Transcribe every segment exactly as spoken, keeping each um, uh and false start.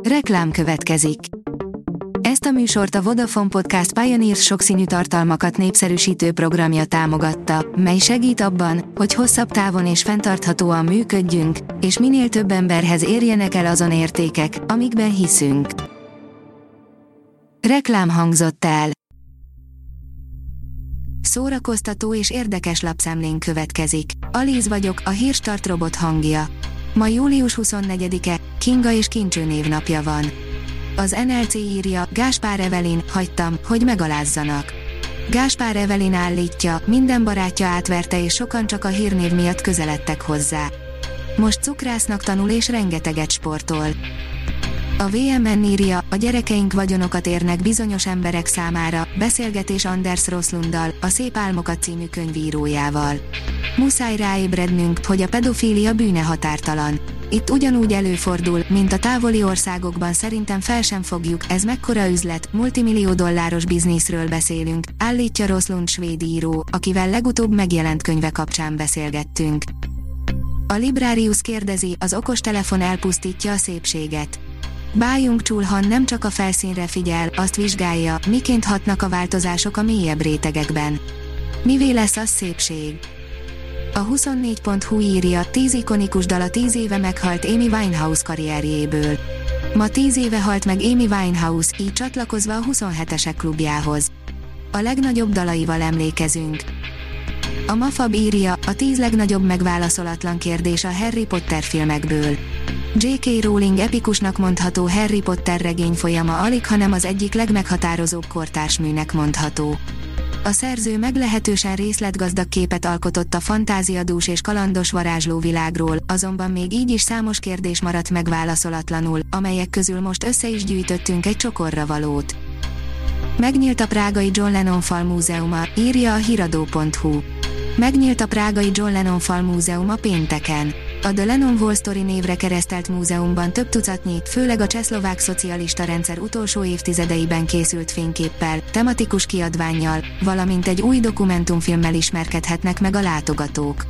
Reklám következik. Ezt a műsort a Vodafone Podcast Pioneers sokszínű tartalmakat népszerűsítő programja támogatta, mely segít abban, hogy hosszabb távon és fenntarthatóan működjünk, és minél több emberhez érjenek el azon értékek, amikben hiszünk. Reklám hangzott el. Szórakoztató és érdekes lapszemlén következik. Alíz vagyok, a Hírstart robot hangja. Ma július huszonnegyedike, Kinga és Kincső névnapja van. Az en el cé írja, Gáspár Evelyn, hagytam, hogy megalázzanak. Gáspár Evelyn állítja, minden barátja átverte és sokan csak a hírnév miatt közeledtek hozzá. Most cukrásznak tanul és rengeteget sportol. A vé em en írja, a gyerekeink vagyonokat érnek bizonyos emberek számára, beszélgetés Anders Roslunddal, a Szép Álmokat című könyvírójával. Muszáj ráébrednünk, hogy a pedofília bűne határtalan. Itt ugyanúgy előfordul, mint a távoli országokban, szerintem fel sem fogjuk, ez mekkora üzlet, multimillió dolláros bizniszről beszélünk, állítja Roslund svéd író, akivel legutóbb megjelent könyve kapcsán beszélgettünk. A Librarius kérdezi, az okostelefon elpusztítja a szépséget. Byung Chul Han nem csak a felszínre figyel, azt vizsgálja, miként hatnak a változások a mélyebb rétegekben. Mivé lesz az szépség? A huszonnégy pont hu írja, tíz ikonikus dal a tíz éve meghalt Amy Winehouse karrierjéből. Ma tíz éve halt meg Amy Winehouse, így csatlakozva a huszonhetesek klubjához. A legnagyobb dalaival emlékezünk. A Mafab írja, a tíz legnagyobb megválaszolatlan kérdés a Harry Potter filmekből. dzsé ká. Rowling epikusnak mondható Harry Potter regény folyama alig, hanem az egyik legmeghatározóbb kortársműnek mondható. A szerző meglehetősen részletgazdag képet alkotott a fantáziadús és kalandos varázsló világról, azonban még így is számos kérdés maradt megválaszolatlanul, amelyek közül most össze is gyűjtöttünk egy csokorra valót. Megnyílt a prágai John Lennon falmúzeuma, írja a hiradó pont hu. Megnyílt a prágai John Lennon falmúzeuma pénteken. A The Lennon Wall Story névre keresztelt múzeumban több tucatnyi, főleg a csehszlovák szocialista rendszer utolsó évtizedeiben készült fényképpel, tematikus kiadvánnyal, valamint egy új dokumentumfilmmel ismerkedhetnek meg a látogatók.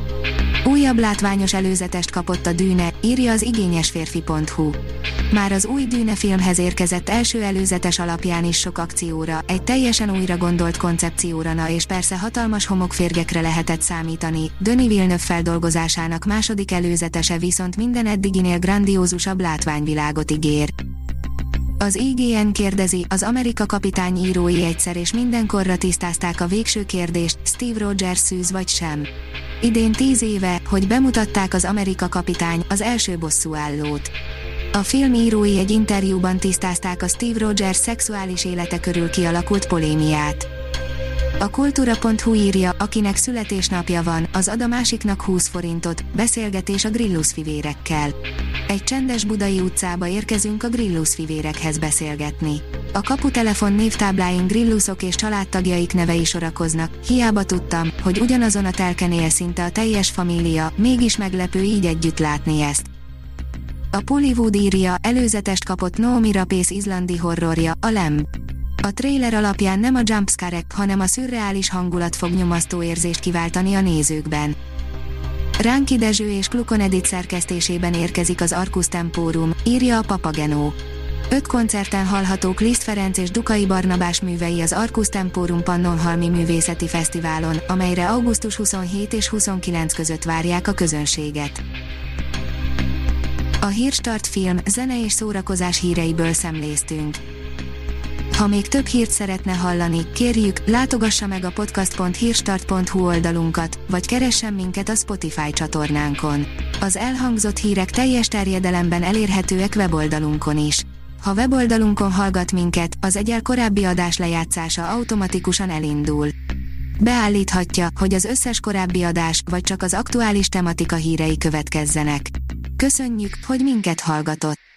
Újabb látványos előzetest kapott a Dűne, írja az igényesférfi pont hu. Már az új Dűne filmhez érkezett első előzetes alapján is sok akcióra, egy teljesen újra gondolt koncepcióra, na és persze hatalmas homokférgekre lehetett számítani. Denis Villeneuve feldolgozásának második előzetese viszont minden eddiginél grandiózusabb látványvilágot ígér. Az i gé en kérdezi, az Amerika kapitány írói egyszer és mindenkorra tisztázták a végső kérdést, Steve Rogers szűz vagy sem. Idén tíz éve, hogy bemutatták az Amerika kapitány, az első bosszúállót. A film írói egy interjúban tisztázták a Steve Rogers szexuális élete körül kialakult polémiát. A kultúra pont hu írja, akinek születésnapja van, az ad a másiknak húsz forintot, beszélgetés a Grillus fivérekkel. Egy csendes budai utcába érkezünk a Grillus fivérekhez beszélgetni. A kaputelefon névtábláin Grillusok és családtagjaik nevei sorakoznak, hiába tudtam, hogy ugyanazon a telken él szinte a teljes família, mégis meglepő így együtt látni ezt. A Pollywood írja, előzetest kapott Noomi Rapace izlandi horrorja, a Lamb. A trailer alapján nem a jumpscare-ek, hanem a szürreális hangulat fog nyomasztó érzést kiváltani a nézőkben. Ránki Dezső és Klukon Edith szerkesztésében érkezik az Arcus Temporum, írja a Papageno. Öt koncerten hallhatók Liszt Ferenc és Dukai Barnabás művei az Arcus Temporum Pannonhalmi Művészeti Fesztiválon, amelyre augusztus huszonhét és huszonkilenc között várják a közönséget. A Hírstart film, zene és szórakozás híreiből szemléztünk. Ha még több hírt szeretne hallani, kérjük, látogassa meg a podcast pont hírstart pont hu oldalunkat, vagy keressen minket a Spotify csatornánkon. Az elhangzott hírek teljes terjedelemben elérhetőek weboldalunkon is. Ha weboldalunkon hallgat minket, az egyel korábbi adás lejátszása automatikusan elindul. Beállíthatja, hogy az összes korábbi adás, vagy csak az aktuális tematika hírei következzenek. Köszönjük, hogy minket hallgatott!